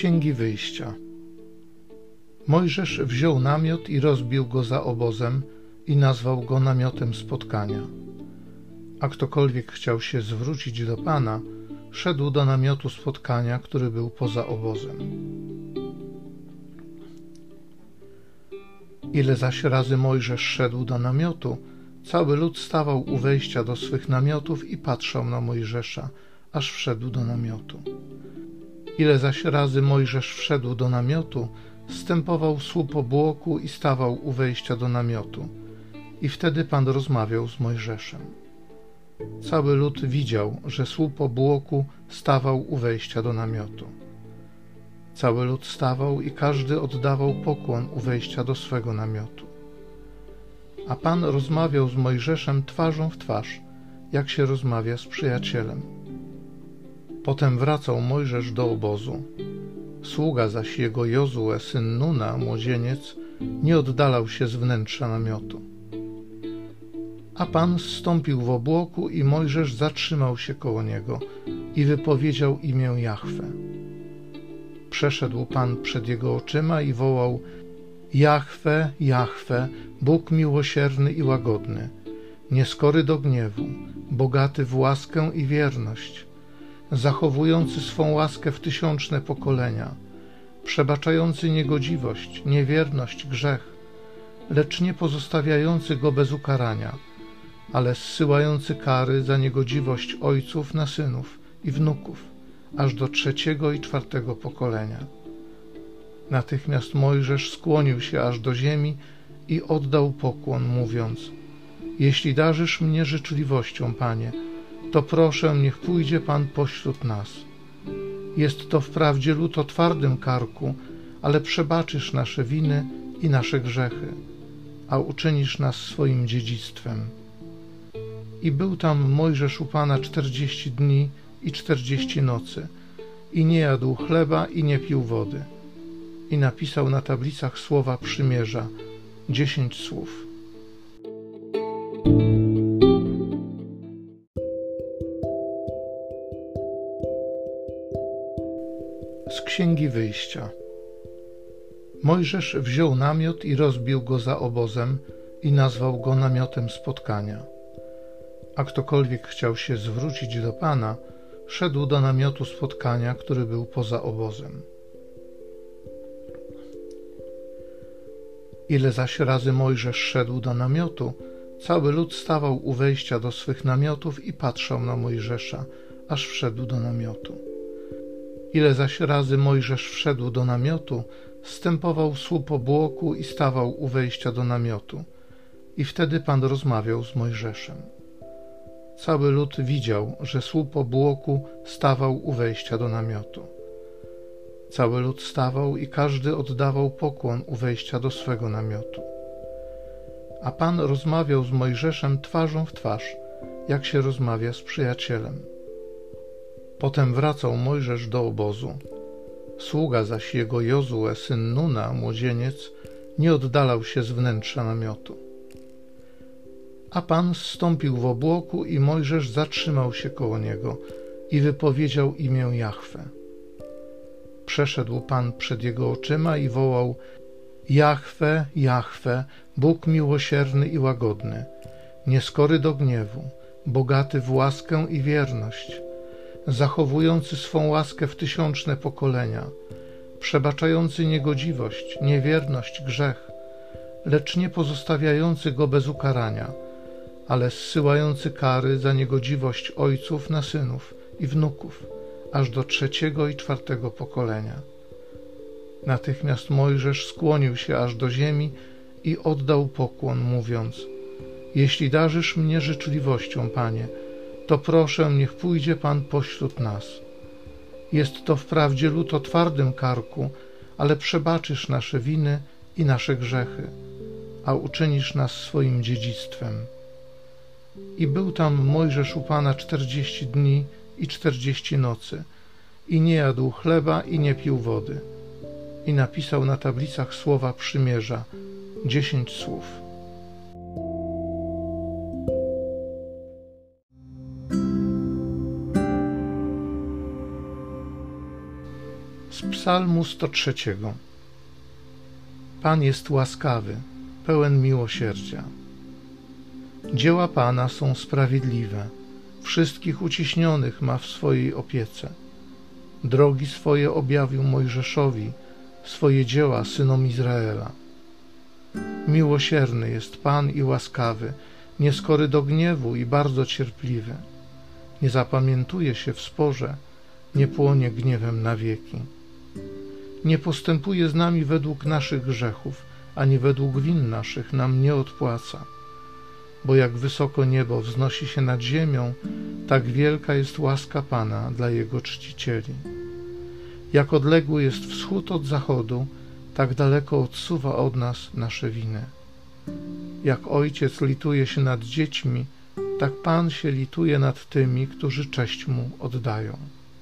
Księgi Wyjścia. Mojżesz wziął namiot i rozbił go za obozem i nazwał go namiotem spotkania. A ktokolwiek chciał się zwrócić do Pana, szedł do namiotu spotkania, który był poza obozem. Ile zaś razy Mojżesz szedł do namiotu, cały lud stawał u wejścia do swych namiotów i patrzał na Mojżesza, aż wszedł do namiotu. Ile zaś razy Mojżesz wszedł do namiotu, zstępował słup obłoku i stawał u wejścia do namiotu. I wtedy Pan rozmawiał z Mojżeszem. Cały lud widział, że słup obłoku stawał u wejścia do namiotu. Cały lud stawał i każdy oddawał pokłon u wejścia do swego namiotu. A Pan rozmawiał z Mojżeszem twarzą w twarz, jak się rozmawia z przyjacielem. Potem wracał Mojżesz do obozu. Sługa zaś jego Jozue, syn Nuna, młodzieniec, nie oddalał się z wnętrza namiotu. A Pan zstąpił w obłoku i Mojżesz zatrzymał się koło niego i wypowiedział imię Jahwe. Przeszedł Pan przed jego oczyma i wołał: Jahwe, Jahwe, Bóg miłosierny i łagodny, nieskory do gniewu, bogaty w łaskę i wierność, zachowujący swą łaskę w tysiączne pokolenia, przebaczający niegodziwość, niewierność, grzech, lecz nie pozostawiający go bez ukarania, ale zsyłający kary za niegodziwość ojców na synów i wnuków, aż do 3. i 4. pokolenia. Natychmiast Mojżesz skłonił się aż do ziemi i oddał pokłon, mówiąc: Jeśli darzysz mnie życzliwością, Panie, to proszę, niech pójdzie Pan pośród nas. Jest to wprawdzie lud o twardym karku, ale przebaczysz nasze winy i nasze grzechy, a uczynisz nas swoim dziedzictwem. I był tam Mojżesz u Pana 40 dni i 40 nocy, i nie jadł chleba i nie pił wody. I napisał na tablicach słowa przymierza, 10 słów. Z Księgi Wyjścia. Mojżesz wziął namiot i rozbił go za obozem i nazwał go namiotem spotkania. A ktokolwiek chciał się zwrócić do Pana, szedł do namiotu spotkania, który był poza obozem. Ile zaś razy Mojżesz szedł do namiotu, cały lud stawał u wejścia do swych namiotów i patrzał na Mojżesza, aż wszedł do namiotu. Ile zaś razy Mojżesz wszedł do namiotu, zstępował słup obłoku i stawał u wejścia do namiotu. I wtedy Pan rozmawiał z Mojżeszem. Cały lud widział, że słup obłoku stawał u wejścia do namiotu. Cały lud stawał i każdy oddawał pokłon u wejścia do swego namiotu. A Pan rozmawiał z Mojżeszem twarzą w twarz, jak się rozmawia z przyjacielem. Potem wracał Mojżesz do obozu. Sługa zaś jego Jozue, syn Nuna, młodzieniec, nie oddalał się z wnętrza namiotu. A Pan zstąpił w obłoku i Mojżesz zatrzymał się koło niego i wypowiedział imię Jahwe. Przeszedł Pan przed jego oczyma i wołał: Jahwe, Jahwe, Bóg miłosierny i łagodny, nieskory do gniewu, bogaty w łaskę i wierność, zachowujący swą łaskę w tysiączne pokolenia, przebaczający niegodziwość, niewierność, grzech, lecz nie pozostawiający go bez ukarania, ale zsyłający kary za niegodziwość ojców na synów i wnuków, aż do 3. i 4. pokolenia. Natychmiast Mojżesz skłonił się aż do ziemi i oddał pokłon, mówiąc: Jeśli darzysz mnie życzliwością, Panie, to proszę, niech pójdzie Pan pośród nas. Jest to wprawdzie lud o twardym karku, ale przebaczysz nasze winy i nasze grzechy, a uczynisz nas swoim dziedzictwem. I był tam Mojżesz u Pana 40 dni i 40 nocy, i nie jadł chleba i nie pił wody. I napisał na tablicach słowa przymierza, 10 słów. Z Psalmu 103. Pan jest łaskawy, pełen miłosierdzia. Dzieła Pana są sprawiedliwe, wszystkich uciśnionych ma w swojej opiece. Drogi swoje objawił Mojżeszowi, swoje dzieła synom Izraela. Miłosierny jest Pan i łaskawy, nieskory do gniewu i bardzo cierpliwy. Nie zapamiętuje się w sporze, nie płonie gniewem na wieki. Nie postępuje z nami według naszych grzechów, ani według win naszych nam nie odpłaca. Bo jak wysoko niebo wznosi się nad ziemią, tak wielka jest łaska Pana dla Jego czcicieli. Jak odległy jest wschód od zachodu, tak daleko odsuwa od nas nasze winy. Jak ojciec lituje się nad dziećmi, tak Pan się lituje nad tymi, którzy cześć Mu oddają.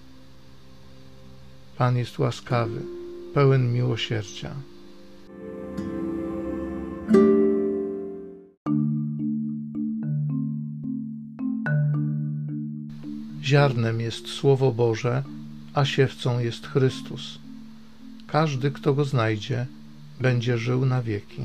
Pan jest łaskawy, pełen miłosierdzia. Ziarnem jest Słowo Boże, a siewcą jest Chrystus. Każdy, kto go znajdzie, będzie żył na wieki.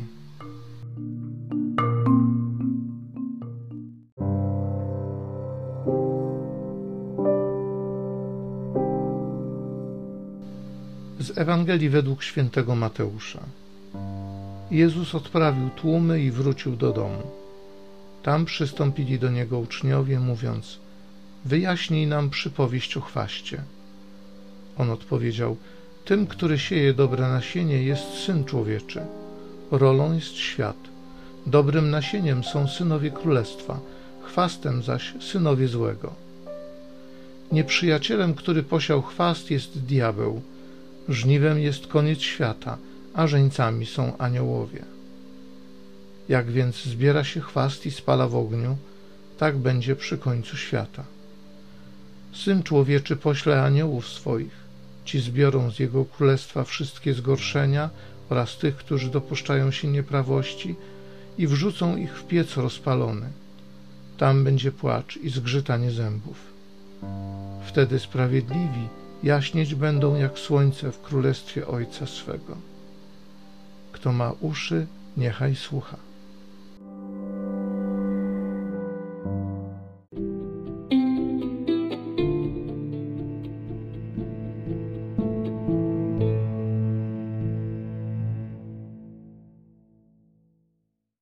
Z Ewangelii według świętego Mateusza. Jezus odprawił tłumy i wrócił do domu. Tam przystąpili do Niego uczniowie, mówiąc: wyjaśnij nam przypowieść o chwaście. On odpowiedział: tym, który sieje dobre nasienie, jest Syn Człowieczy. Rolą jest świat. Dobrym nasieniem są synowie królestwa, chwastem zaś synowie złego. Nieprzyjacielem, który posiał chwast, jest diabeł. Żniwem jest koniec świata, a żeńcami są aniołowie. Jak więc zbiera się chwast i spala w ogniu, tak będzie przy końcu świata. Syn Człowieczy pośle aniołów swoich. Ci zbiorą z Jego królestwa wszystkie zgorszenia oraz tych, którzy dopuszczają się nieprawości, i wrzucą ich w piec rozpalony. Tam będzie płacz i zgrzytanie zębów. Wtedy sprawiedliwi jaśnieć będą jak słońce w królestwie Ojca swego. Kto ma uszy, niechaj słucha.